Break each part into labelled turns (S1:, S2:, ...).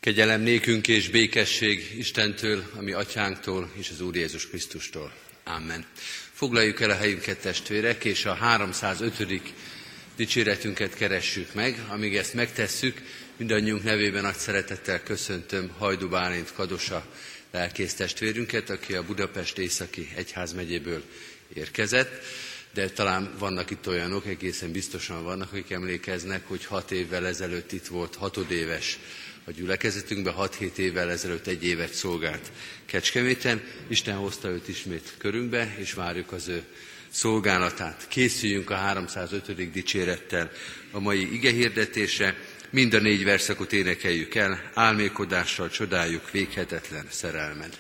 S1: Kegyelem nékünk és békesség Istentől, a mi atyánktól és az Úr Jézus Krisztustól. Amen. Foglaljuk el a helyünket, testvérek, és a 305. dicséretünket keressük meg. Amíg ezt megtesszük, mindannyiunk nevében nagy szeretettel köszöntöm Hajdú Bálint Kadosa lelkész testvérünket, aki a Budapest Északi Egyházmegyéből érkezett. De talán vannak itt olyanok, egészen biztosan vannak, akik emlékeznek, hogy 6 évvel ezelőtt itt volt 6 éves a gyülekezetünkben, 6-7 évvel ezelőtt 1 évet szolgált Kecskeméten. Isten hozta őt ismét körünkbe, és várjuk az ő szolgálatát. Készüljünk a 305. dicsérettel a mai igehirdetésre. Mind a 4 verszakot énekeljük el, álmélkodással csodáljuk véghetetlen szerelmed.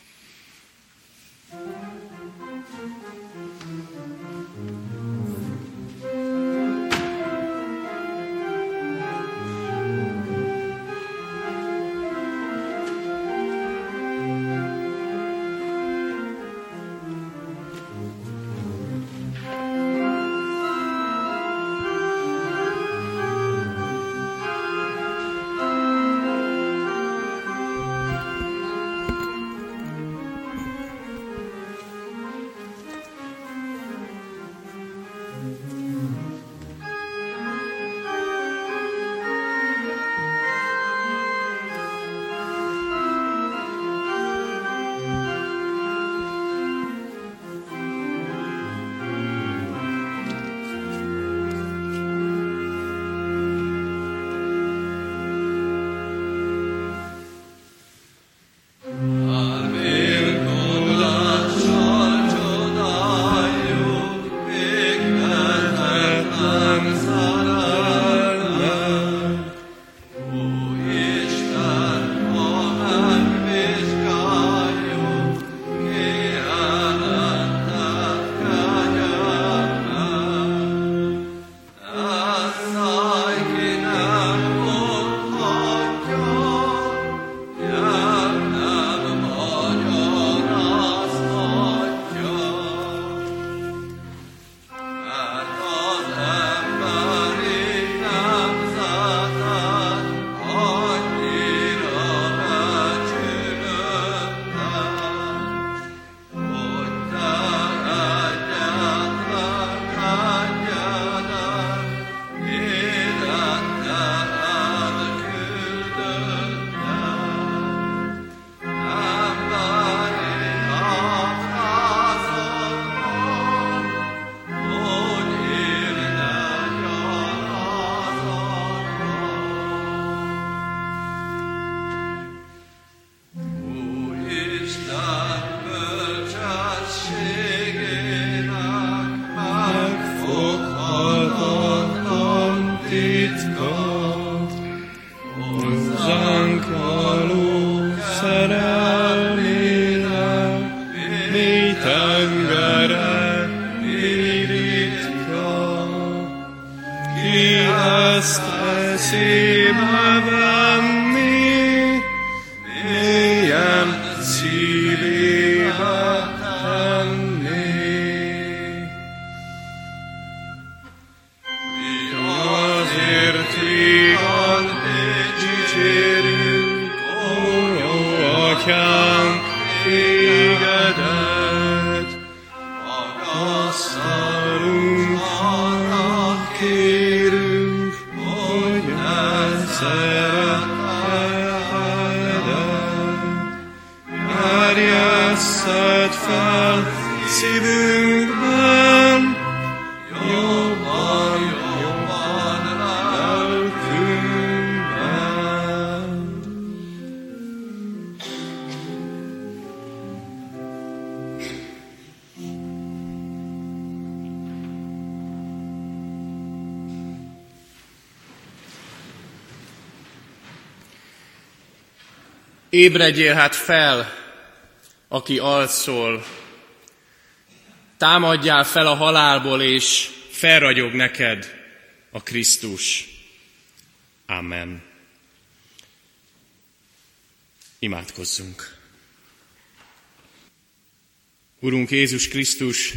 S2: Ébredjél hát fel, aki alszol, támadjál fel a halálból, és felragyog neked a Krisztus. Amen. Imádkozzunk. Urunk Jézus Krisztus,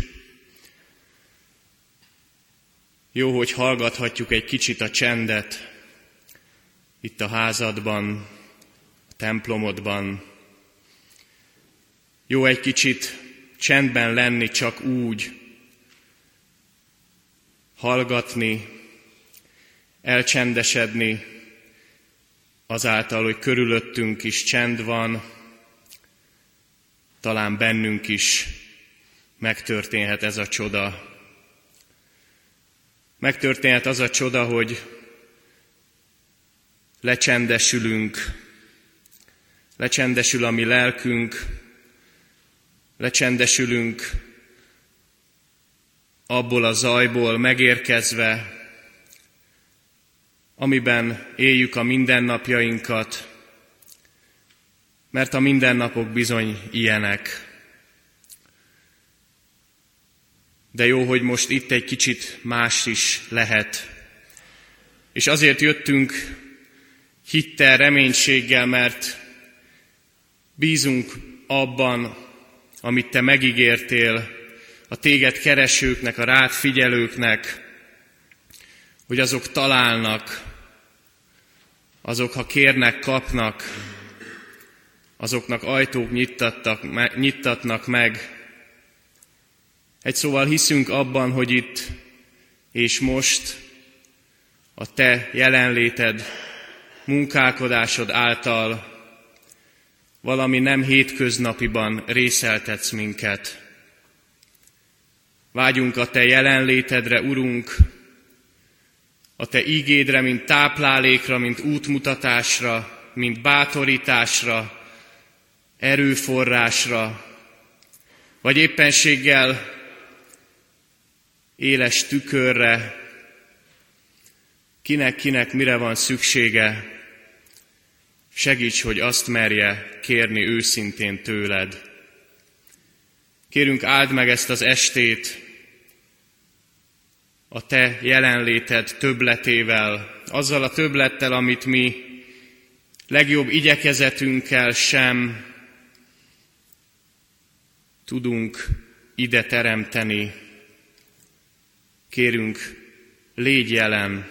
S2: jó, hogy hallgathatjuk egy kicsit a csendet itt a házadban, templomodban. Jó egy kicsit csendben lenni, csak úgy, hallgatni, elcsendesedni, azáltal, hogy körülöttünk is csend van, talán bennünk is megtörténhet ez a csoda. Megtörténhet az a csoda, hogy lecsendesül a mi lelkünk, lecsendesülünk abból a zajból megérkezve, amiben éljük a mindennapjainkat, mert a mindennapok bizony ilyenek. De jó, hogy most itt egy kicsit más is lehet. És azért jöttünk hittel, reménységgel, mert bízunk abban, amit te megígértél a téged keresőknek, a rád figyelőknek, hogy azok találnak, azok, ha kérnek, kapnak, azoknak ajtók nyittatnak meg. Egy szóval hiszünk abban, hogy itt és most a te jelenléted, munkálkodásod által valami nem hétköznapiban részeltetsz minket. Vágyunk a te jelenlétedre, Urunk, a te ígédre, mint táplálékra, mint útmutatásra, mint bátorításra, erőforrásra, vagy éppenséggel éles tükörre, kinek mire van szüksége, segíts, hogy azt merje kérni őszintén tőled. Kérünk, áld meg ezt az estét a te jelenléted többletével, azzal a többlettel, amit mi legjobb igyekezetünkkel sem tudunk ide teremteni. Kérünk, légy jelen,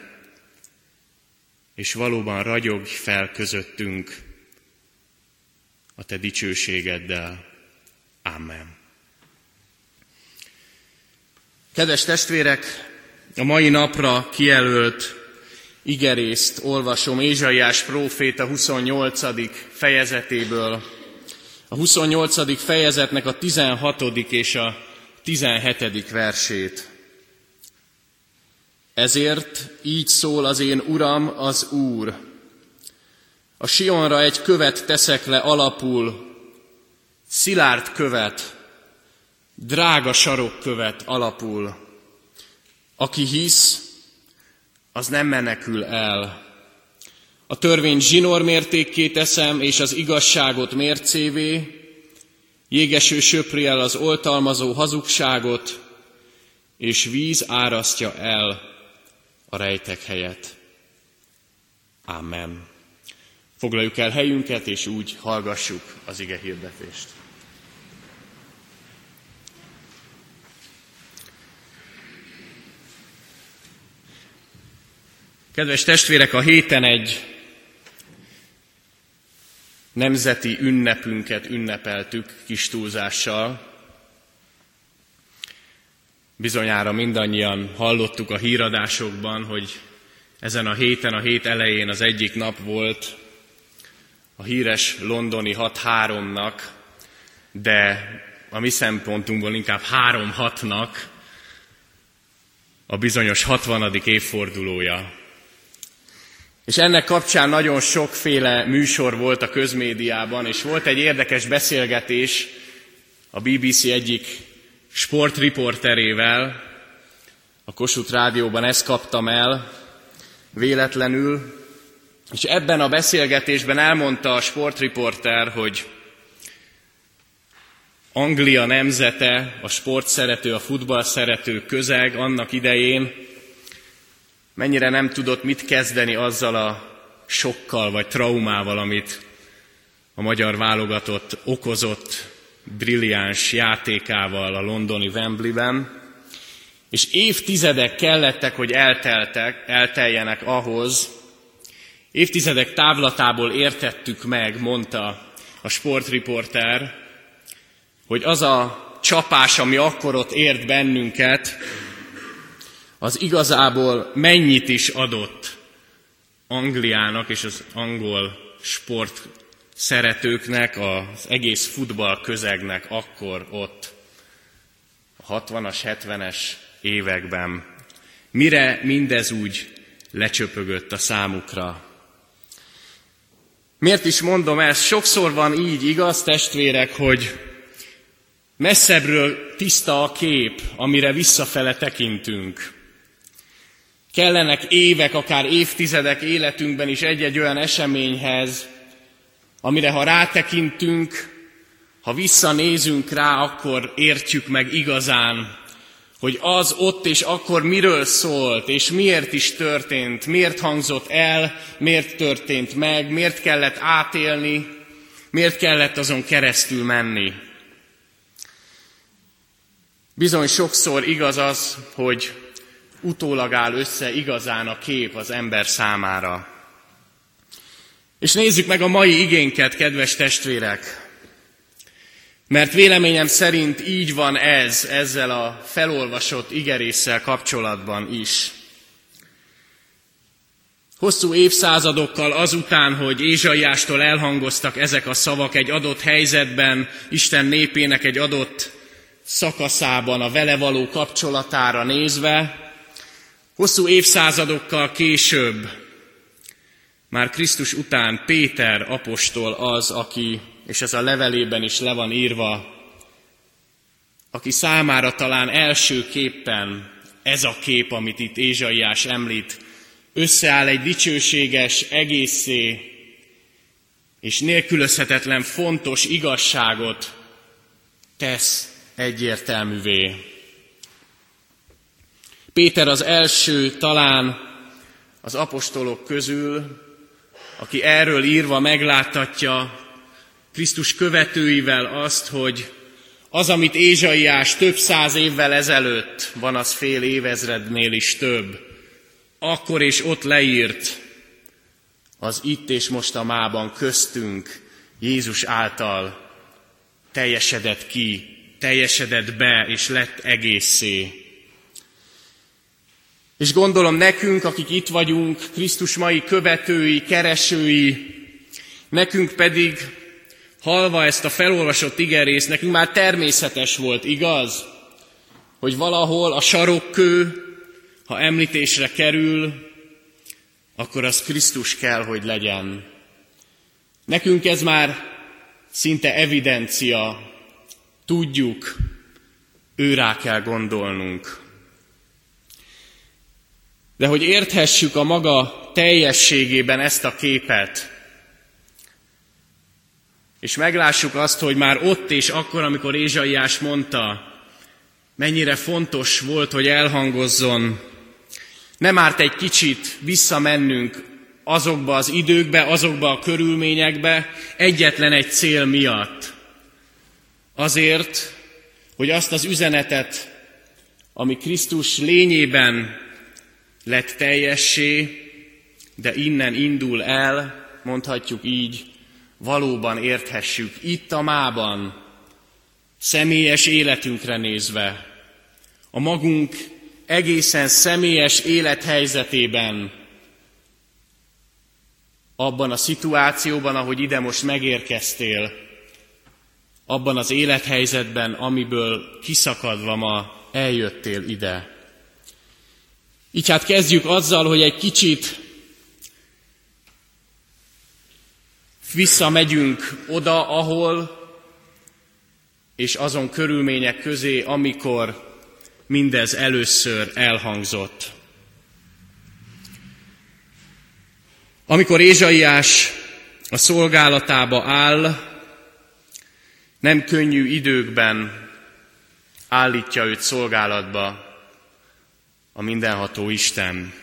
S2: és valóban ragyogj fel közöttünk a te dicsőségeddel. Amen. Kedves testvérek, a mai napra kijelölt igerészt olvasom Ézsaiás próféta 28. fejezetéből. A 28. fejezetnek a 16. és a 17. versét. Ezért így szól az én Uram, az Úr. A Sionra egy követ teszek le alapul, szilárd követ, drága sarokkövet alapul. Aki hisz, az nem menekül el. A törvényt zsinórmértékké teszem, és az igazságot mércévé, jégeső söpri el az oltalmazó hazugságot, és víz árasztja el a rejtek helyet. Amen. Foglaljuk el helyünket, és úgy hallgassuk az ige hirdetést. Kedves testvérek, a héten egy nemzeti ünnepünket ünnepeltük kis túlzással. Bizonyára mindannyian hallottuk a híradásokban, hogy ezen a héten, a hét elején az egyik nap volt a híres londoni 6-3-nak, de a mi szempontunkból inkább 3-6-nak a bizonyos 60. évfordulója. És ennek kapcsán nagyon sokféle műsor volt a közmédiában, és volt egy érdekes beszélgetés a BBC egyik sportriporterével, a Kossuth Rádióban ezt kaptam el véletlenül, és ebben a beszélgetésben elmondta a sportriporter, hogy Anglia nemzete, a sportszerető, a futballszerető közeg annak idején mennyire nem tudott mit kezdeni azzal a sokkal vagy traumával, amit a magyar válogatott okozott brilliáns játékával a londoni Wembleyben, és évtizedek kellettek, hogy elteljenek ahhoz, Évtizedek távlatából értettük meg, mondta a sportriporter, hogy az a csapás, ami akkor ott ért bennünket, az igazából mennyit is adott Angliának és az angol sport szeretőknek, az egész futball közegnek akkor ott a 60-as, 70-es években. Mire mindez úgy lecsöpögött a számukra. Miért is mondom ezt? Sokszor van így, igaz, testvérek, hogy messzebbről tiszta a kép, amire visszafele tekintünk. Kellenek évek, akár évtizedek életünkben is egy-egy olyan eseményhez, amire ha rátekintünk, ha visszanézünk rá, akkor értjük meg igazán, hogy az ott és akkor miről szólt, és miért is történt, miért hangzott el, miért történt meg, miért kellett átélni, miért kellett azon keresztül menni. Bizony sokszor igaz az, hogy utólag áll össze igazán a kép az ember számára. És nézzük meg a mai igénket, kedves testvérek! Mert véleményem szerint így van ez, ezzel a felolvasott igerésszel kapcsolatban is. Hosszú évszázadokkal azután, hogy Ézsaiástól elhangoztak ezek a szavak egy adott helyzetben, Isten népének egy adott szakaszában, a vele való kapcsolatára nézve, hosszú évszázadokkal később, már Krisztus után Péter apostol az, aki, és ez a levelében is le van írva, aki számára talán elsőképpen ez a kép, amit itt Ézsaiás említ, összeáll egy dicsőséges egészé, és nélkülözhetetlen fontos igazságot tesz egyértelművé. Péter az első talán az apostolok közül, aki erről írva megláttatja Krisztus követőivel azt, hogy az, amit Ézsaiás több száz évvel ezelőtt, van az fél évezrednél is több, akkor és ott leírt, az itt és most a mában köztünk Jézus által teljesedett ki, teljesedett be és lett egészé. És gondolom nekünk, akik itt vagyunk, Krisztus mai követői, keresői, nekünk pedig, hallva ezt a felolvasott igerészt, nekünk már természetes volt, igaz? Hogy valahol a sarokkő, ha említésre kerül, akkor az Krisztus kell, hogy legyen. Nekünk ez már szinte evidencia, tudjuk, őrá kell gondolnunk. De hogy érthessük a maga teljességében ezt a képet, és meglássuk azt, hogy már ott és akkor, amikor Ézsaiás mondta, mennyire fontos volt, hogy elhangozzon, nem árt egy kicsit visszamennünk azokba az időkbe, azokba a körülményekbe, egyetlen egy cél miatt. Azért, hogy azt az üzenetet, ami Krisztus lényében lett teljessé, de innen indul el, mondhatjuk így, valóban érthessük itt a mában, személyes életünkre nézve, a magunk egészen személyes élethelyzetében, abban a szituációban, ahogy ide most megérkeztél, abban az élethelyzetben, amiből kiszakadva ma eljöttél ide. Így hát kezdjük azzal, hogy egy kicsit visszamegyünk oda, ahol és azon körülmények közé, amikor mindez először elhangzott. Amikor Ézsaiás a szolgálatába áll, nem könnyű időkben állítja őt szolgálatba a mindenható Isten.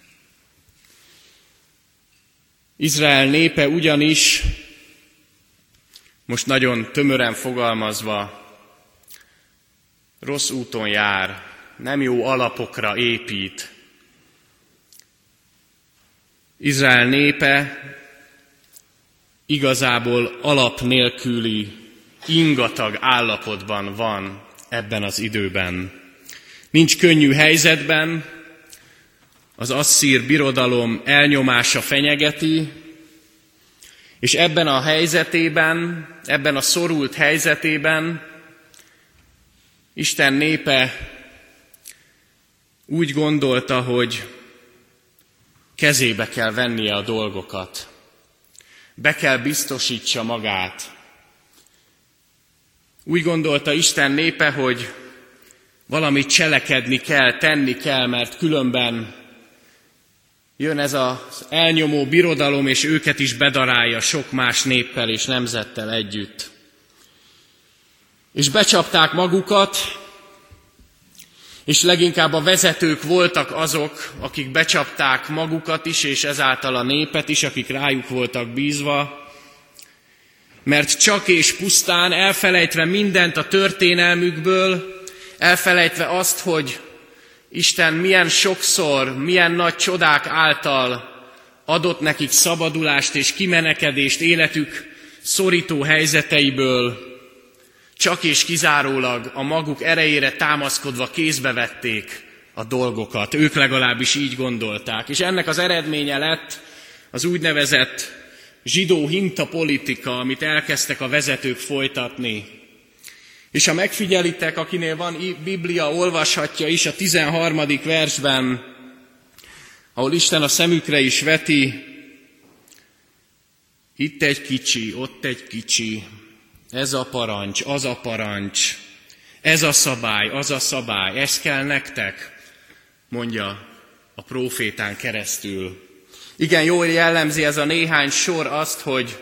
S2: Izrael népe ugyanis, most nagyon tömören fogalmazva, rossz úton jár, nem jó alapokra épít. Izrael népe igazából alap nélküli, ingatag állapotban van ebben az időben. Nincs könnyű helyzetben, az asszír birodalom elnyomása fenyegeti, és ebben a helyzetében, ebben a szorult helyzetében Isten népe úgy gondolta, hogy kezébe kell vennie a dolgokat, be kell biztosítsa magát. Úgy gondolta Isten népe, hogy valamit cselekedni kell, tenni kell, mert különben jön ez az elnyomó birodalom, és őket is bedarálja sok más néppel és nemzettel együtt. És becsapták magukat, és leginkább a vezetők voltak azok, akik becsapták magukat is, és ezáltal a népet is, akik rájuk voltak bízva, mert csak és pusztán elfelejtve mindent a történelmükből, elfelejtve azt, hogy Isten milyen sokszor, milyen nagy csodák által adott nekik szabadulást és kimenekedést életük szorító helyzeteiből, csak és kizárólag a maguk erejére támaszkodva kézbe vették a dolgokat. Ők legalábbis így gondolták. És ennek az eredménye lett az úgynevezett zsidó hintapolitika, amit elkezdtek a vezetők folytatni. És ha megfigyelitek, akinél van Biblia, olvashatja is a 13. versben, ahol Isten a szemükre is veti, itt egy kicsi, ott egy kicsi, ez a parancs, az a parancs, ez a szabály, az a szabály, ez kell nektek, mondja a prófétán keresztül. Igen, jól jellemzi ez a néhány sor azt,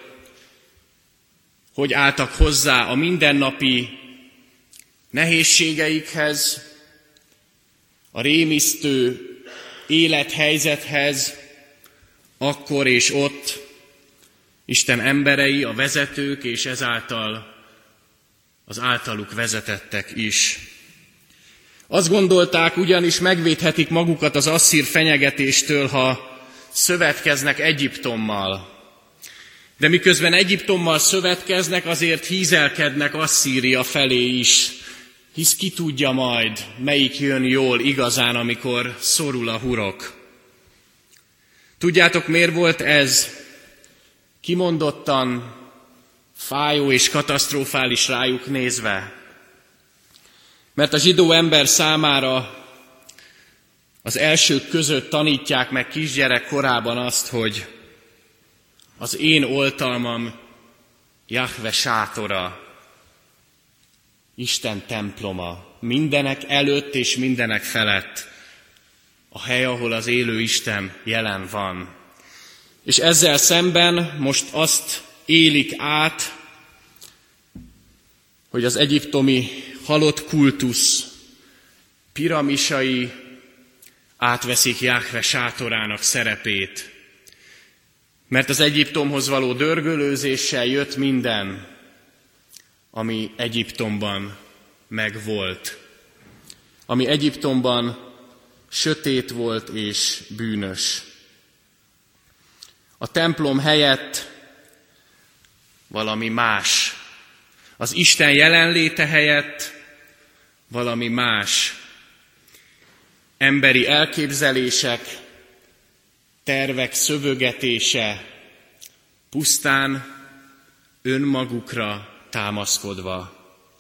S2: hogy álltak hozzá a mindennapi nehézségeikhez, a rémisztő élethelyzethez, akkor és ott Isten emberei, a vezetők, és ezáltal az általuk vezetettek is. Azt gondolták, ugyanis megvédhetik magukat az asszír fenyegetéstől, ha szövetkeznek Egyiptommal. De miközben Egyiptommal szövetkeznek, azért hízelkednek Asszíria felé is, hisz ki tudja majd, melyik jön jól igazán, amikor szorul a hurok. Tudjátok, miért volt ez kimondottan fájó és katasztrofális rájuk nézve? Mert a zsidó ember számára az elsők között tanítják meg kisgyerek korában azt, hogy az én oltalmam Jahve sátora, Isten temploma, mindenek előtt és mindenek felett, a hely, ahol az élő Isten jelen van. És ezzel szemben most azt élik át, hogy az egyiptomi halott kultusz piramisai átveszik Jahve sátorának szerepét. Mert az Egyiptomhoz való dörgölőzéssel jött minden, ami Egyiptomban megvolt. Ami Egyiptomban sötét volt és bűnös. A templom helyett valami más. Az Isten jelenléte helyett valami más. Emberi elképzelések, tervek szövögetése, pusztán önmagukra támaszkodva.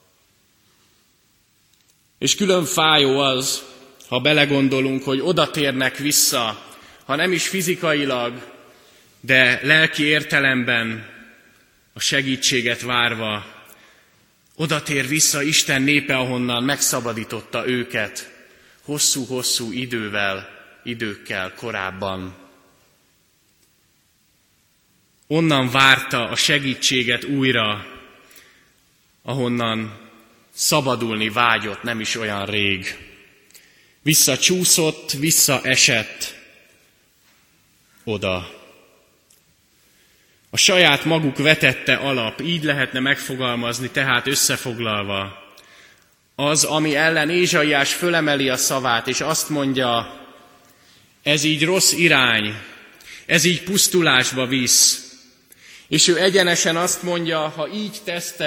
S2: És külön fájó az, ha belegondolunk, hogy oda térnek vissza, ha nem is fizikailag, de lelki értelemben a segítséget várva, oda tér vissza Isten népe, ahonnan megszabadította őket hosszú-hosszú időkkel korábban. Onnan várta a segítséget újra, ahonnan szabadulni vágyott nem is olyan rég. Visszacsúszott, visszaesett oda. A saját maguk vetette alap, így lehetne megfogalmazni, tehát összefoglalva. Az, ami ellen Ézsaiás fölemeli a szavát, és azt mondja, ez így rossz irány, Ez így pusztulásba visz. És ő egyenesen azt mondja, ha így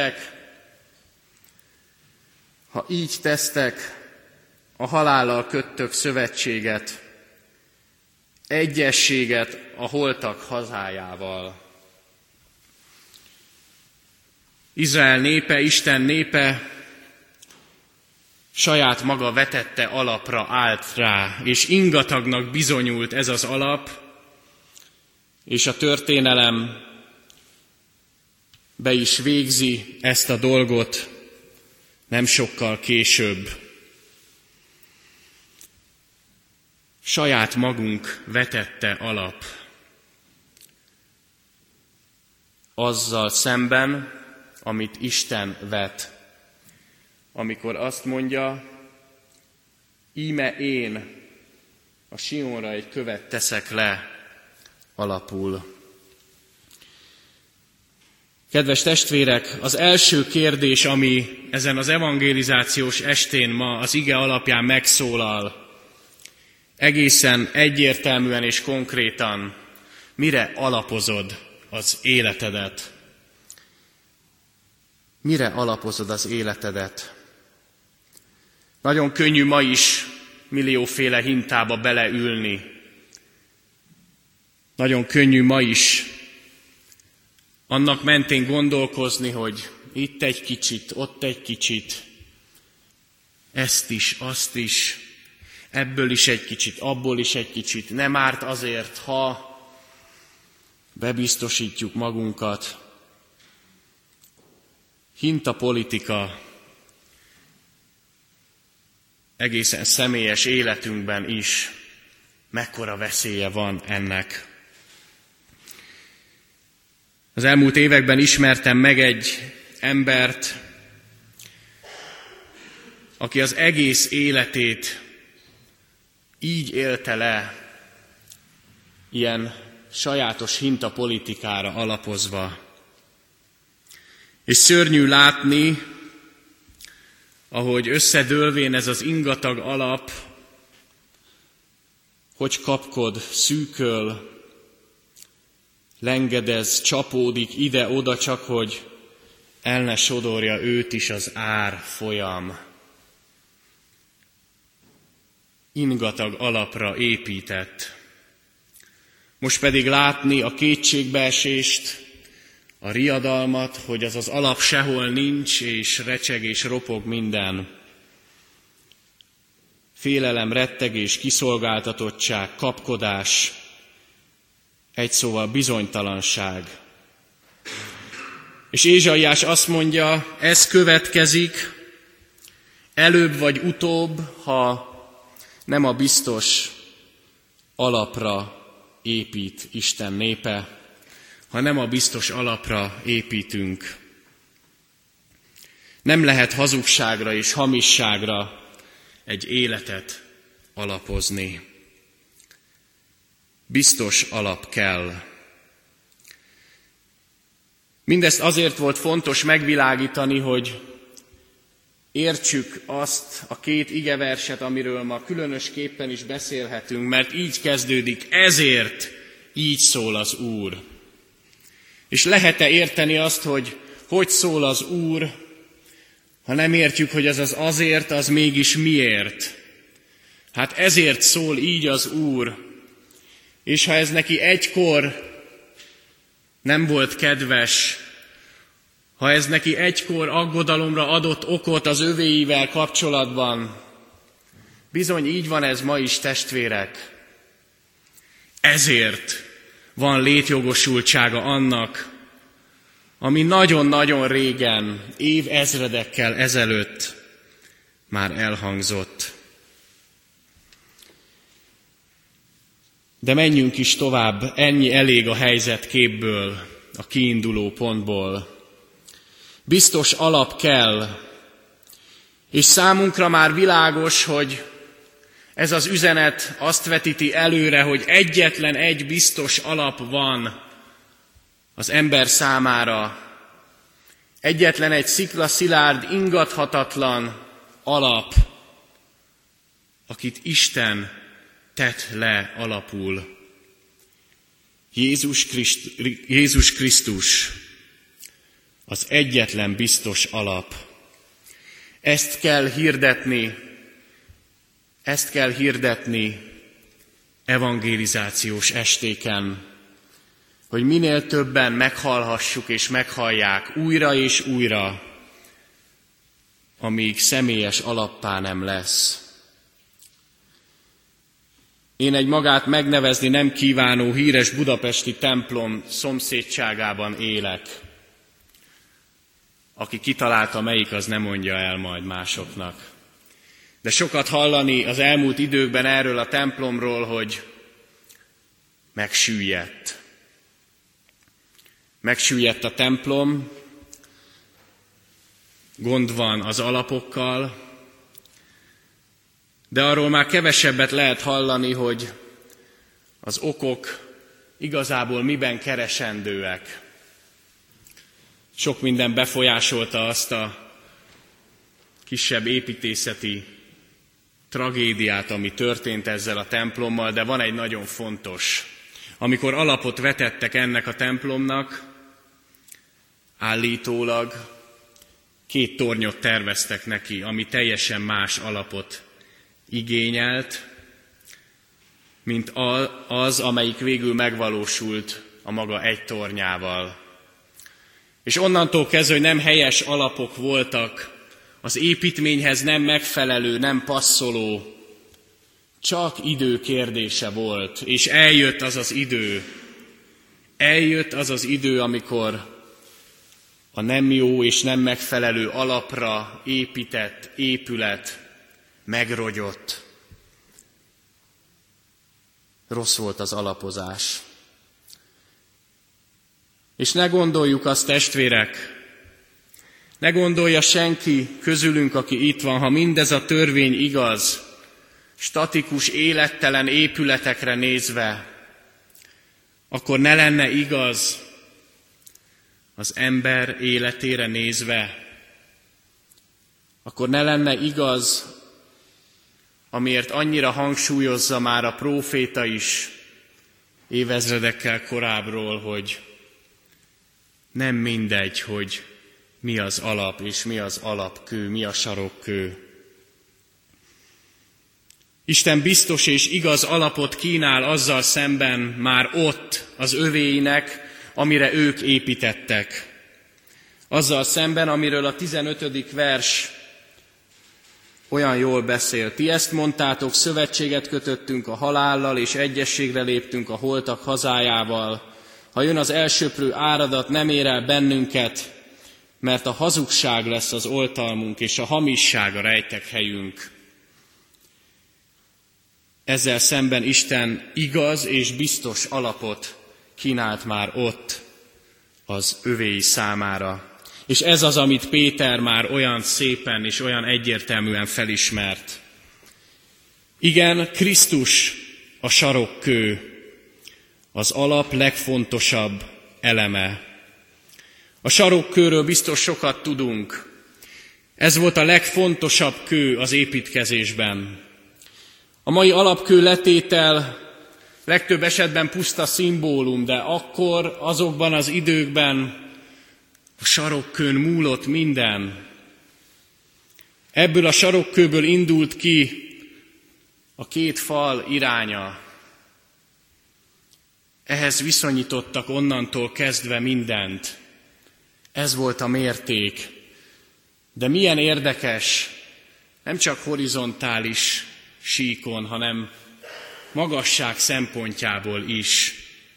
S2: tesztek, a halállal köttök szövetséget, egyességet a holtak hazájával. Izrael népe, Isten népe saját maga vetette alapra állt rá, és ingatagnak bizonyult ez az alap, és a történelem be is végzi ezt a dolgot nem sokkal később. Saját magunk vetette alap. Azzal szemben, amit Isten vet. Amikor azt mondja, íme én a Sionra egy követ teszek le alapul. Kedves testvérek, az első kérdés, ami ezen az evangelizációs estén ma az ige alapján megszólal, egészen egyértelműen és konkrétan, mire alapozod az életedet? Mire alapozod az életedet? Nagyon könnyű ma is millióféle hintába beleülni. Nagyon könnyű ma is annak mentén gondolkozni, hogy itt egy kicsit, ott egy kicsit, ezt is, azt is, ebből is egy kicsit, abból is egy kicsit. Nem árt azért, ha bebiztosítjuk magunkat. Hintapolitika egészen személyes életünkben is mekkora veszélye van ennek. Az elmúlt években ismertem meg egy embert, aki az egész életét így élte le, ilyen sajátos hintapolitikára alapozva. És szörnyű látni, ahogy összedőlvén ez az ingatag alap, hogy kapkod, szűköl, lengedez, csapódik ide-oda, csak hogy el ne sodorja őt is az árfolyam. Ingatag alapra épített. Most pedig látni a kétségbeesést, a riadalmat, hogy az az alap sehol nincs, és recseg és ropog minden. Félelem, rettegés, kiszolgáltatottság, kapkodás, egy szóval bizonytalanság. És Ézsaiás azt mondja, ez következik előbb vagy utóbb, ha nem a biztos alapra épít Isten népe, ha nem a biztos alapra építünk. Nem lehet hazugságra és hamisságra egy életet alapozni. Biztos alap kell. Mindezt azért volt fontos megvilágítani, hogy értsük azt a két igeverset, amiről ma különösképpen is beszélhetünk, mert így kezdődik, ezért így szól az Úr. És lehet-e érteni azt, hogy szól az Úr, ha nem értjük, hogy ez az azért, az mégis miért? Hát ezért szól így az Úr, és ha ez neki egykor nem volt kedves, ha ez neki egykor aggodalomra adott okot az övéivel kapcsolatban, bizony így van ez ma is, testvérek. Ezért van létjogosultsága annak, ami nagyon-nagyon régen, évezredekkel ezelőtt már elhangzott. De menjünk is tovább, ennyi elég a helyzetképből, a kiinduló pontból. Biztos alap kell, és számunkra már világos, hogy ez az üzenet azt vetíti előre, hogy egyetlen egy biztos alap van az ember számára. Egyetlen egy sziklaszilárd, ingathatatlan alap, akit Isten tett le alapul. Jézus Krisztus az egyetlen biztos alap. Ezt kell hirdetni evangelizációs estéken, hogy minél többen meghallhassuk és meghallják újra és újra, amíg személyes alappá nem lesz. Én egy magát megnevezni nem kívánó híres budapesti templom szomszédságában élek. Aki kitalálta melyik, az nem mondja el majd másoknak. De sokat hallani az elmúlt időkben erről a templomról, hogy megsüllyedt. Megsüllyedt a templom, gond van az alapokkal, de arról már kevesebbet lehet hallani, hogy az okok igazából miben keresendőek. Sok minden befolyásolta azt a kisebb építészeti tragédiát, ami történt ezzel a templommal, de van egy nagyon fontos. Amikor alapot vetettek ennek a templomnak, állítólag 2 tornyot terveztek neki, ami teljesen más alapot igényelt, mint az, amelyik végül megvalósult a maga 1 tornyával. És onnantól kezdve, hogy nem helyes alapok voltak, az építményhez nem megfelelő, nem passzoló, csak idő kérdése volt, és eljött az az idő, amikor a nem jó és nem megfelelő alapra épített épület megrogyott. Rossz volt az alapozás. És ne gondoljuk azt, testvérek, ne gondolja senki közülünk, aki itt van, ha mindez a törvény igaz, statikus, élettelen épületekre nézve, akkor ne lenne igaz az ember életére nézve, akkor ne lenne igaz, amiért annyira hangsúlyozza már a próféta is évezredekkel korábbról, hogy nem mindegy, hogy mi az alap és mi az alapkő, mi a sarokkő. Isten biztos és igaz alapot kínál azzal szemben már ott az övéinek, amire ők építettek. Azzal szemben, amiről a 15. vers olyan jól beszél. Ti ezt mondtátok, szövetséget kötöttünk a halállal, és egyességre léptünk a holtak hazájával. Ha jön az elsöprő áradat, nem ér el bennünket, mert a hazugság lesz az oltalmunk, és a hamisság a rejtekhelyünk. Ezzel szemben Isten igaz és biztos alapot kínált már ott az övéi számára. És ez az, amit Péter már olyan szépen és olyan egyértelműen felismert. Igen, Krisztus a sarokkő, az alap legfontosabb eleme. A sarokkőről biztos sokat tudunk. Ez volt a legfontosabb kő az építkezésben. A mai alapkő letétel legtöbb esetben puszta szimbólum, de akkor, azokban az időkben a sarokkőn múlott minden. Ebből a sarokkőből indult ki a 2 fal iránya. Ehhez viszonyítottak onnantól kezdve mindent. Ez volt a mérték. De milyen érdekes, nem csak horizontális síkon, hanem magasság szempontjából is.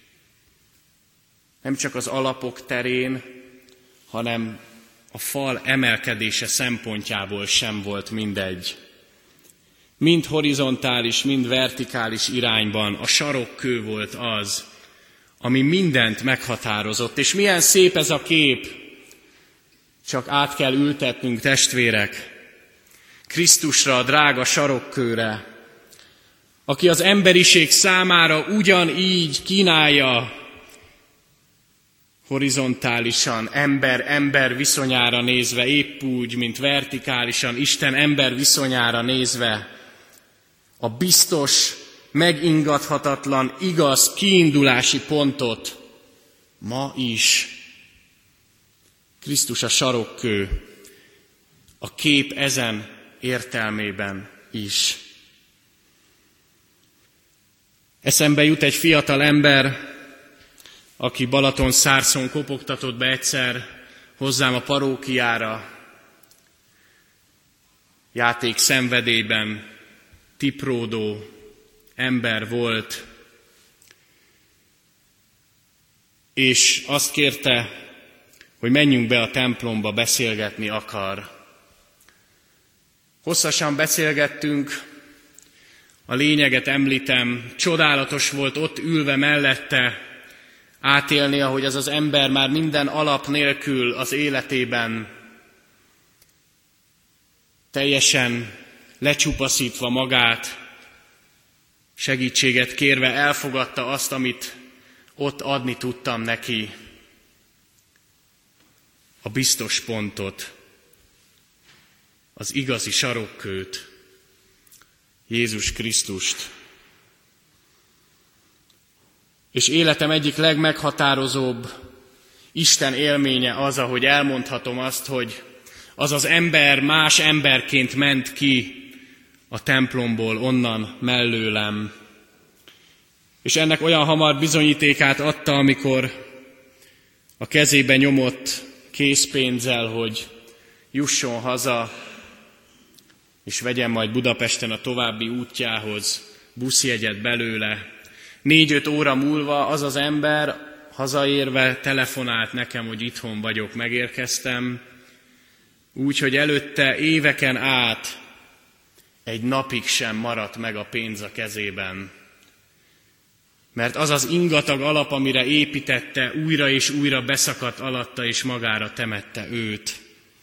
S2: Nem csak az alapok terén, hanem a fal emelkedése szempontjából sem volt mindegy. Mind horizontális, mind vertikális irányban a sarokkő volt az, ami mindent meghatározott. És milyen szép ez a kép, csak át kell ültetnünk, testvérek, Krisztusra, a drága sarokkőre, aki az emberiség számára ugyanígy kínálja horizontálisan, ember-ember viszonyára nézve, épp úgy, mint vertikálisan, Isten-ember viszonyára nézve, a biztos, megingathatatlan, igaz kiindulási pontot ma is. Krisztus a sarokkő, a kép ezen értelmében is. Eszembe jut egy fiatal ember, aki Balatonszárszon kopogtatott be egyszer hozzám a parókiára, játék szenvedélyben tipródó ember volt, és azt kérte, hogy menjünk be a templomba, beszélgetni akar. Hosszasan beszélgettünk, a lényeget említem, csodálatos volt ott ülve mellette átélni, ahogy az ember már minden alap nélkül az életében teljesen lecsupaszítva magát, segítséget kérve elfogadta azt, amit ott adni tudtam neki, a biztos pontot, az igazi sarokkőt, Jézus Krisztust. És életem egyik legmeghatározóbb Isten élménye az, ahogy elmondhatom azt, hogy az az ember más emberként ment ki a templomból, onnan mellőlem. És ennek olyan hamar bizonyítékát adta, amikor a kezébe nyomott készpénzzel, hogy jusson haza, és vegyen majd Budapesten a további útjához buszjegyet belőle. 4-5 óra múlva az az ember hazaérve telefonált nekem, hogy itthon vagyok, megérkeztem, úgy, hogy előtte éveken át egy napig sem maradt meg a pénz a kezében. Mert az az ingatag alap, amire építette, újra és újra beszakadt alatta, és magára temette őt.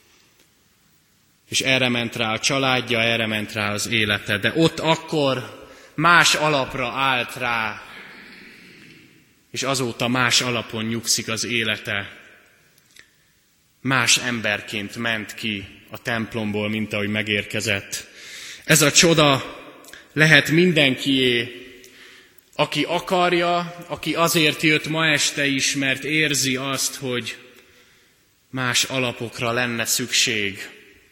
S2: És erre ment rá a családja, erre ment rá az élete. De ott akkor más alapra állt rá, és azóta más alapon nyugszik az élete. Más emberként ment ki a templomból, mint ahogy megérkezett. Ez a csoda lehet mindenkié, aki akarja, aki azért jött ma este is, mert érzi azt, hogy más alapokra lenne szükség.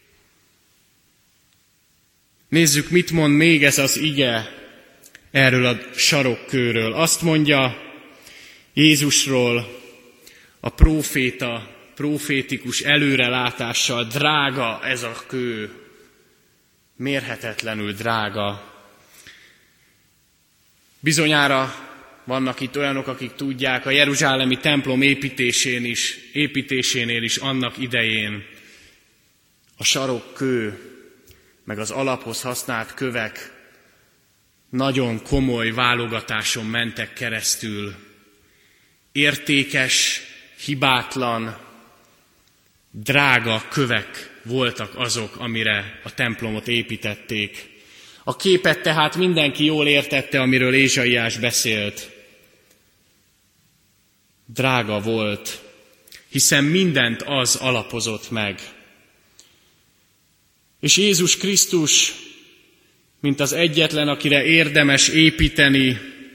S2: Nézzük, mit mond még ez az ige erről a sarokkőről. Azt mondja Jézusról a profétikus előrelátással: drága ez a kő, mérhetetlenül drága. Bizonyára vannak itt olyanok, akik tudják, a jeruzsálemi templom építésénél is annak idején a sarokkő, meg az alaphoz használt kövek nagyon komoly válogatáson mentek keresztül. Értékes, hibátlan, drága kövek voltak azok, amire a templomot építették. A képet tehát mindenki jól értette, amiről Ézsaiás beszélt. Drága volt, hiszen mindent az alapozott meg. És Jézus Krisztus, mint az egyetlen, akire érdemes építeni,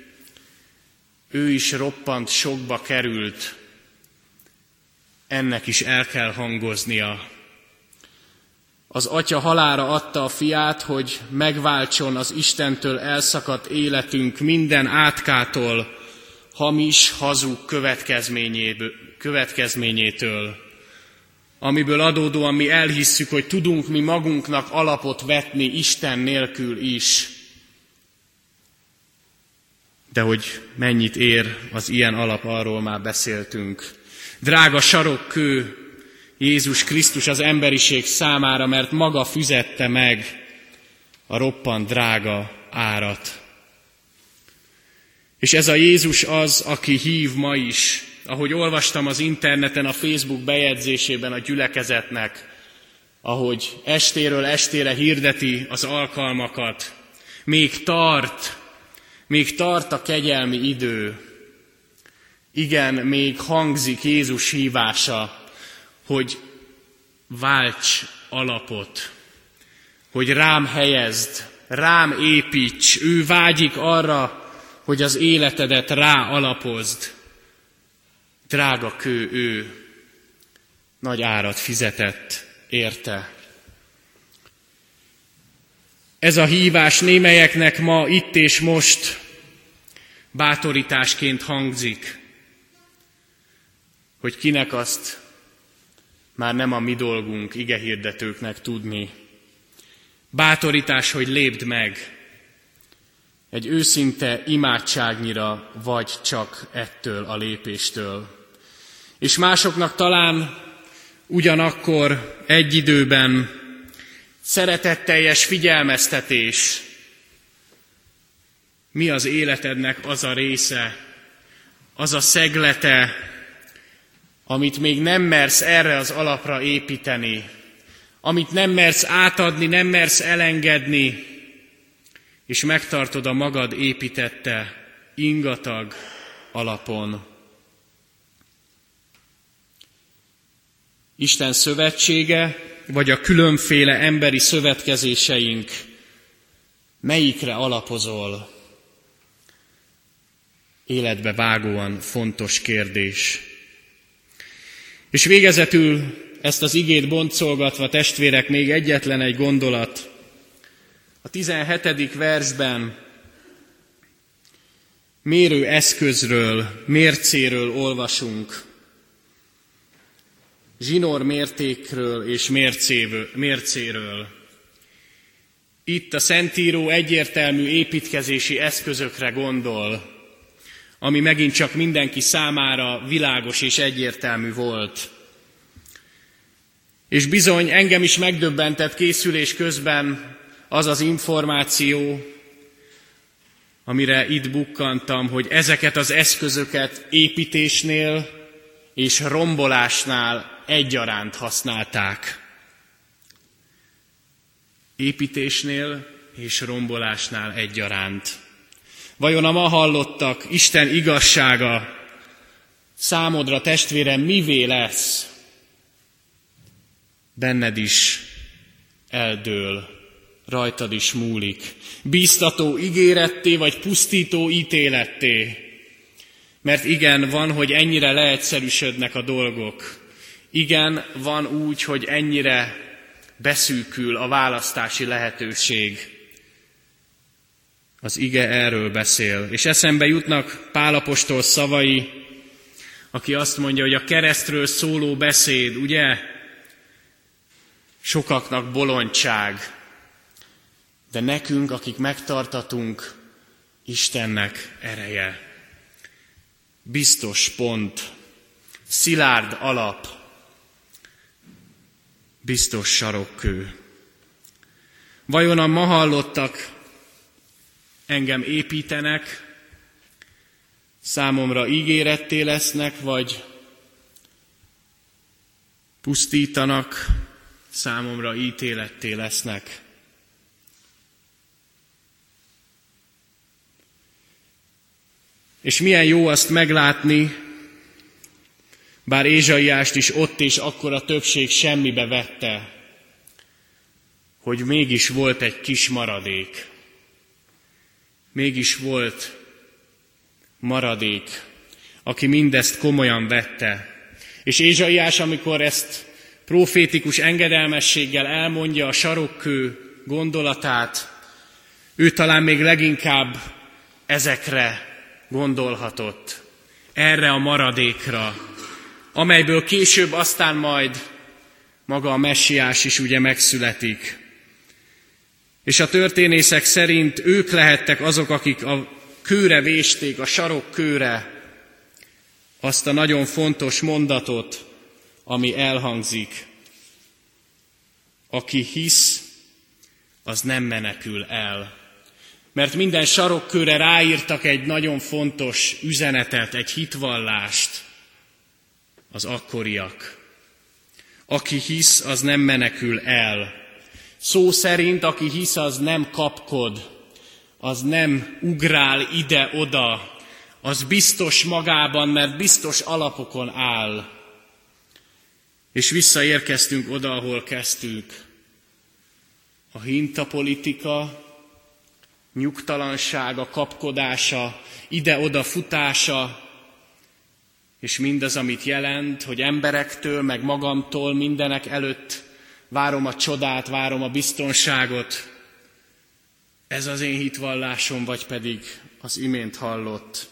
S2: ő is roppant sokba került. Ennek is el kell hangoznia. Az Atya halálra adta a fiát, hogy megváltson az Istentől elszakadt életünk minden átkától, hamis, hazug következményétől, amiből adódóan mi elhisszük, hogy tudunk mi magunknak alapot vetni Isten nélkül is. De hogy mennyit ér az ilyen alap, arról már beszéltünk. Drága sarokkő Jézus Krisztus az emberiség számára, mert maga fizette meg a roppant drága árat. És ez a Jézus az, aki hív ma is. Ahogy olvastam az interneten, a Facebook bejegyzésében a gyülekezetnek, ahogy estéről estére hirdeti az alkalmakat, még tart a kegyelmi idő. Igen, még hangzik Jézus hívása, hogy válts alapot, hogy rám helyezd rám építs, ő vágyik arra, hogy az életedet rá alapozd. Drága kő ő, nagy árat fizetett érte. Ez a hívás némelyeknek ma itt és most bátorításként hangzik, hogy kinek azt már nem a mi dolgunk igehirdetőknek tudni. Bátorítás, hogy lépd meg, egy őszinte imádságnyira vagy csak ettől a lépéstől. És másoknak talán ugyanakkor egy időben szeretetteljes figyelmeztetés. Mi az életednek az a része, az a szeglete, amit még nem mersz erre az alapra építeni, amit nem mersz átadni, nem mersz elengedni, és megtartod a magad építette ingatag alapon. Isten szövetsége, vagy a különféle emberi szövetkezéseink, melyikre alapozol? Életbe vágóan fontos kérdés. És végezetül ezt az igét boncolgatva, testvérek, még egyetlen egy gondolat. A 17. versben mérőeszközről, mércéről olvasunk. Zsinór mértékről és mércéről. Itt a Szentíró egyértelmű építkezési eszközökre gondol, ami megint csak mindenki számára világos és egyértelmű volt. És bizony engem is megdöbbentett készülés közben az az információ, amire itt bukkantam, hogy ezeket az eszközöket építésnél és rombolásnál egyaránt használták. Építésnél és rombolásnál egyaránt. Vajon a ma hallottak Isten igazsága számodra, testvérem, mivé lesz? Benned is eldől, rajtad is múlik. Bíztató ígéretté, vagy pusztító ítéletté? Mert igen, van, hogy ennyire leegyszerűsödnek a dolgok. Igen, van úgy, hogy ennyire beszűkül a választási lehetőség. Az ige erről beszél. És eszembe jutnak Pál apostol szavai, aki azt mondja, hogy a keresztről szóló beszéd, ugye, sokaknak bolondság, de nekünk, akik megtartatunk, Istennek ereje. Biztos pont, szilárd alap, biztos sarokkő. Vajon a ma hallottak engem építenek, számomra ígéretté lesznek, vagy pusztítanak, számomra ítéletté lesznek? És milyen jó azt meglátni, bár Ézsaiást is ott és akkor a többség semmibe vette, hogy mégis volt egy kis maradék. Mégis volt maradék, aki mindezt komolyan vette. És Ézsaiás, amikor ezt profétikus engedelmességgel elmondja a sarokkő gondolatát, ő talán még leginkább ezekre gondolhatott, erre a maradékra, amelyből később aztán majd maga a messiás is ugye megszületik. És a történészek szerint ők lehettek azok, akik a kőre vésték, a sarokkőre azt a nagyon fontos mondatot, ami elhangzik. Aki hisz, az nem menekül el. Mert minden sarokkőre ráírtak egy nagyon fontos üzenetet, egy hitvallást, az akkoriak. Aki hisz, az nem menekül el. Szó szerint, aki hisz, az nem kapkod, az nem ugrál ide-oda, az biztos magában, mert biztos alapokon áll. És visszaérkeztünk oda, ahol kezdtük. A hintapolitika nyugtalansága, kapkodása, ide-oda futása, és mindaz, amit jelent, hogy emberektől, meg magamtól mindenek előtt várom a csodát, várom a biztonságot. Ez az én hitvallásom, vagy pedig az imént hallott.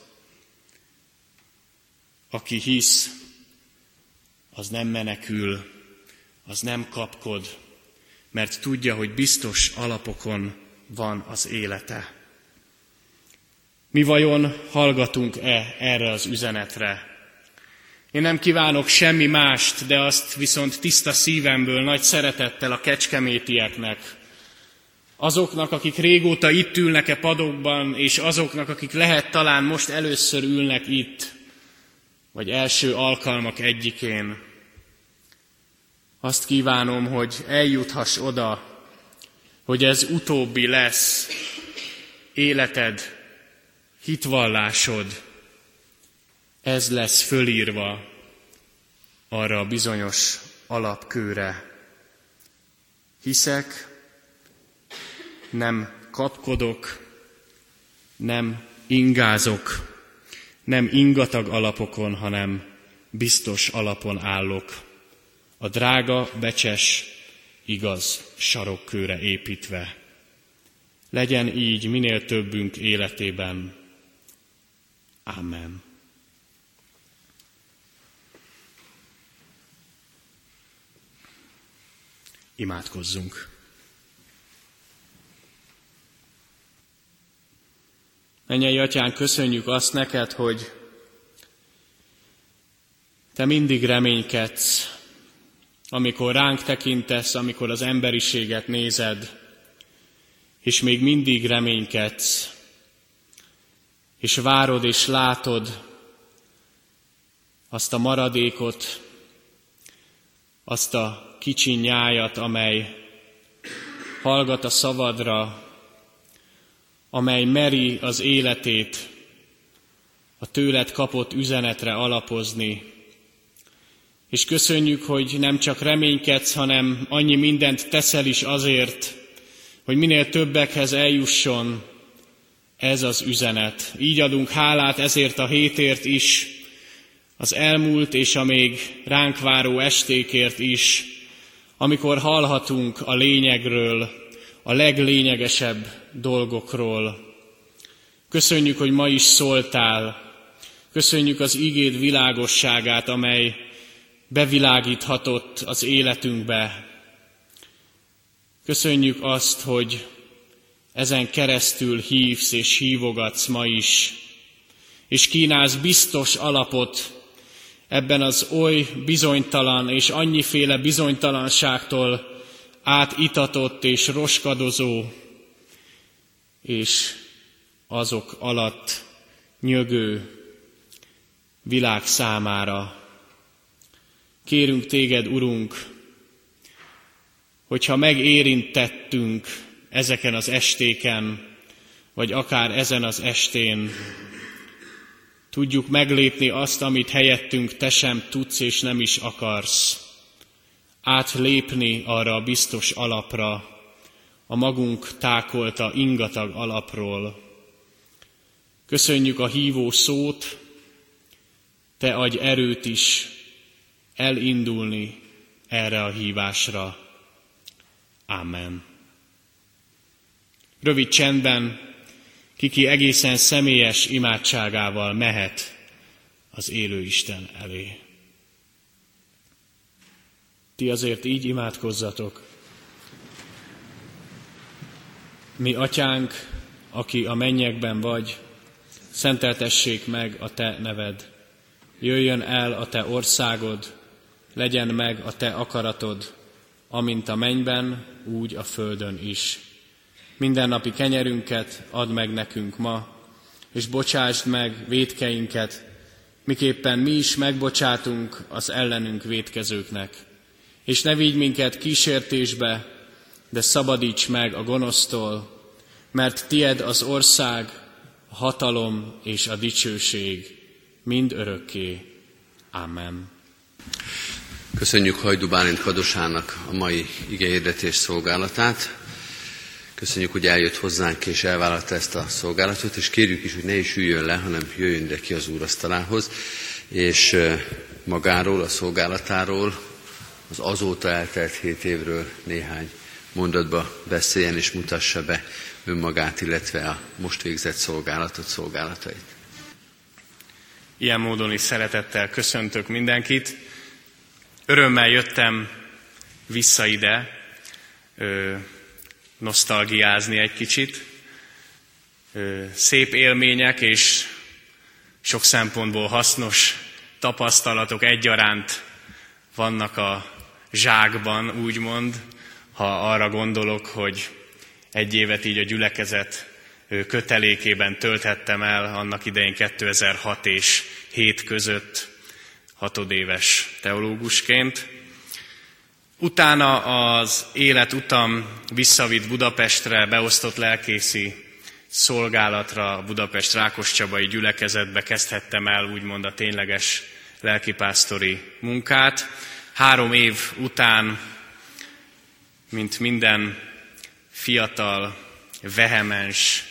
S2: Aki hisz, az nem menekül, az nem kapkod, mert tudja, hogy biztos alapokon van az élete. Mi vajon hallgatunk-e erre az üzenetre? Én nem kívánok semmi mást, de azt viszont tiszta szívemből, nagy szeretettel a kecskemétieknek, azoknak, akik régóta itt ülnek padokban, és azoknak, akik lehet talán most először ülnek itt, vagy első alkalmak egyikén. Azt kívánom, hogy eljuthass oda, hogy ez utóbbi lesz életed, hitvallásod, ez lesz fölírva arra a bizonyos alapkőre. Hiszek, nem kapkodok, nem ingázok, nem ingatag alapokon, hanem biztos alapon állok, a drága, becses, igaz sarokkőre építve. Legyen így minél többünk életében. Amen. Imádkozzunk. Mennyei Atyánk, köszönjük azt neked, hogy te mindig reménykedsz, amikor ránk tekintesz, amikor az emberiséget nézed, és még mindig reménykedsz, és várod és látod azt a maradékot, azt a kicsi nyájat, amely hallgat a szavadra, amely meri az életét a tőled kapott üzenetre alapozni. És köszönjük, hogy nem csak reménykedsz, hanem annyi mindent teszel is azért, hogy minél többekhez eljusson ez az üzenet. Így adunk hálát ezért a hétért is, az elmúlt és a még ránk váró estékért is, amikor hallhatunk a lényegről, a leglényegesebb dolgokról. Köszönjük, hogy ma is szóltál. Köszönjük az igéd világosságát, amely bevilágíthatott az életünkbe. Köszönjük azt, hogy ezen keresztül hívsz és hívogatsz ma is, és kínálsz biztos alapot ebben az oly bizonytalan és annyiféle bizonytalanságtól átitatott és roskadozó, és azok alatt nyögő világ számára. Kérünk téged, Urunk, hogyha megérintettünk ezeken az estéken, vagy akár ezen az estén, tudjuk meglépni azt, amit helyettünk te sem tudsz és nem is akarsz. Átlépni arra a biztos alapra, a magunk tákolta ingatag alapról. Köszönjük a hívó szót, te adj erőt is elindulni erre a hívásra. Amen. Rövid csendben Kiki egészen személyes imádságával mehet az élő Isten elé. Ti azért így imádkozzatok. Mi Atyánk, aki a mennyekben vagy, szenteltessék meg a te neved. Jöjjön el a te országod, legyen meg a te akaratod, amint a mennyben, úgy a földön is. Mindennapi kenyerünket add meg nekünk ma, és bocsásd meg vétkeinket, miképpen mi is megbocsátunk az ellenünk vétkezőknek. És ne vigy minket kísértésbe, de szabadíts meg a gonosztól, mert tied az ország, a hatalom és a dicsőség mind örökké. Amen.
S1: Köszönjük Hajdú Bálint Kadosának a mai igehirdetés szolgálatát. Köszönjük, hogy eljött hozzánk és elvállalta ezt a szolgálatot, és kérjük is, hogy ne is üljön le, hanem jöjjön ide ki az úrasztalához, és magáról, a szolgálatáról, az azóta eltelt 7 évről néhány mondatba beszéljen és mutassa be önmagát, illetve a most végzett szolgálatait.
S2: Ilyen módon is szeretettel köszöntök mindenkit. Örömmel jöttem vissza ide, nosztalgiázni egy kicsit. Szép élmények és sok szempontból hasznos tapasztalatok egyaránt vannak a zsákban, úgymond, ha arra gondolok, hogy egy évet így a gyülekezet kötelékében tölthettem el annak idején 2006 és 7 között 6 éves teológusként. Utána az életutam visszavitt Budapestre, beosztott lelkészi szolgálatra, a Budapest Rákoscsabai gyülekezetbe kezdhettem el úgymond a tényleges lelkipásztori munkát. 3 év után, mint minden fiatal, vehemens,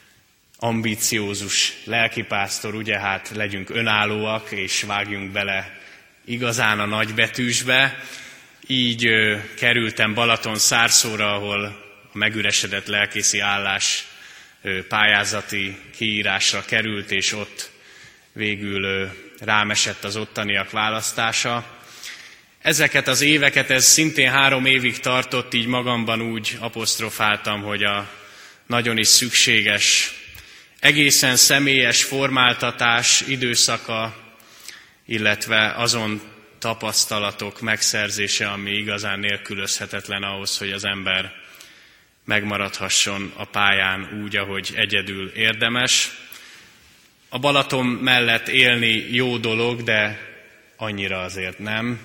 S2: ambiciózus lelkipásztor, ugye hát legyünk önállóak, és vágjunk bele igazán a nagybetűsbe. Így kerültem Balatonszárszóra, ahol a megüresedett lelkészi állás pályázati kiírásra került, és ott végül rám esett az ottaniak választása. Ezeket az éveket, ez szintén 3 évig tartott, így magamban úgy apostrofáltam, hogy a nagyon is szükséges, egészen személyes formáltatás időszaka, illetve azon tapasztalatok megszerzése, ami igazán nélkülözhetetlen ahhoz, hogy az ember megmaradhasson a pályán úgy, ahogy egyedül érdemes. A Balaton mellett élni jó dolog, de annyira azért nem.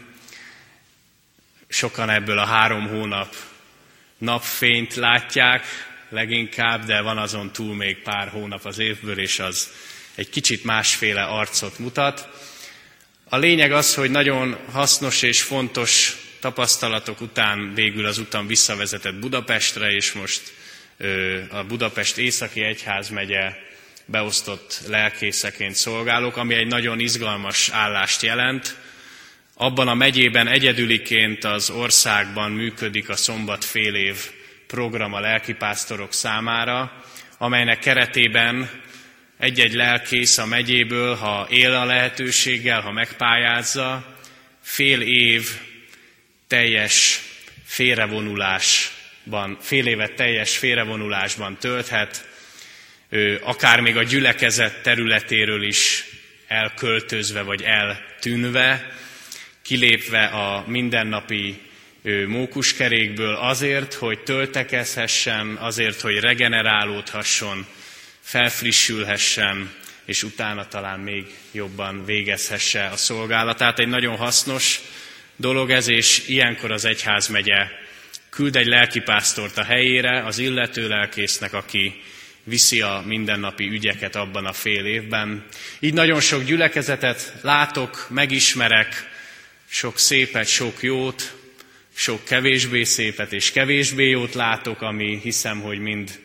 S2: Sokan ebből a 3 hónap napfényt látják leginkább, de van azon túl még pár hónap az évből, és az egy kicsit másféle arcot mutat. A lényeg az, hogy nagyon hasznos és fontos tapasztalatok után végül az utam visszavezetett Budapestre, és most a Budapest Északi Egyházmegye beosztott lelkészeként szolgálok, ami egy nagyon izgalmas állást jelent. Abban a megyében egyedüliként az országban működik a Szombat fél év program a lelkipásztorok számára, amelynek keretében egy-egy lelkész a megyéből, ha él a lehetőséggel, ha megpályázza, fél évet teljes félrevonulásban tölthet, akár még a gyülekezet területéről is elköltözve vagy eltűnve, kilépve a mindennapi mókuskerékből azért, hogy töltekezhessen, azért, hogy regenerálódhasson, felfrissülhessen, és utána talán még jobban végezhesse a szolgálatát. Egy nagyon hasznos dolog ez, és ilyenkor az egyházmegye küld egy lelkipásztort a helyére, az illető lelkésznek, aki viszi a mindennapi ügyeket abban a fél évben. Így nagyon sok gyülekezetet látok, megismerek, sok szépet, sok jót, sok kevésbé szépet és kevésbé jót látok, ami hiszem, hogy mind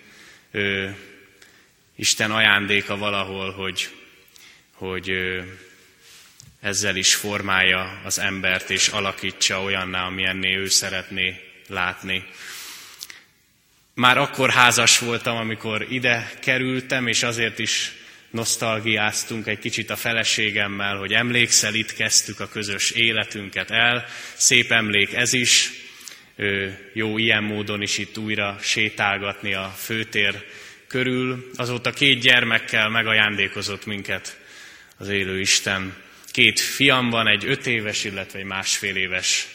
S2: Isten ajándéka valahol, hogy ezzel is formálja az embert és alakítsa olyanná, amilyenné ő szeretné látni. Már akkor házas voltam, amikor ide kerültem, és azért is nosztalgiáztunk egy kicsit a feleségemmel, hogy emlékszel, itt kezdtük a közös életünket el. Szép emlék ez is, jó ilyen módon is itt újra sétálgatni a főtér körül. Azóta 2 gyermekkel megajándékozott minket az élő Isten. 2 fiam van, egy 5 éves, illetve egy 1,5 éves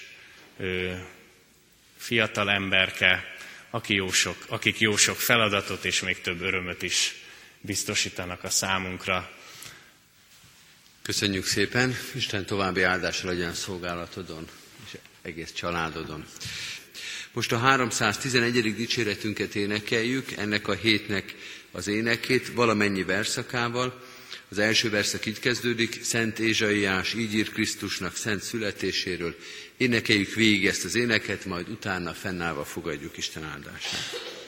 S2: fiatal emberke, akik jó sok feladatot és még több örömöt is biztosítanak a számunkra.
S1: Köszönjük szépen, Isten további áldása legyen szolgálatodon és egész családodon. Most a 311. dicséretünket énekeljük, ennek a hétnek az énekét valamennyi verszakával. Az első verszak így kezdődik: Szent Ézsaiás, így ír Krisztusnak szent születéséről. Énekeljük végig ezt az éneket, majd utána fennállva fogadjuk Isten áldását.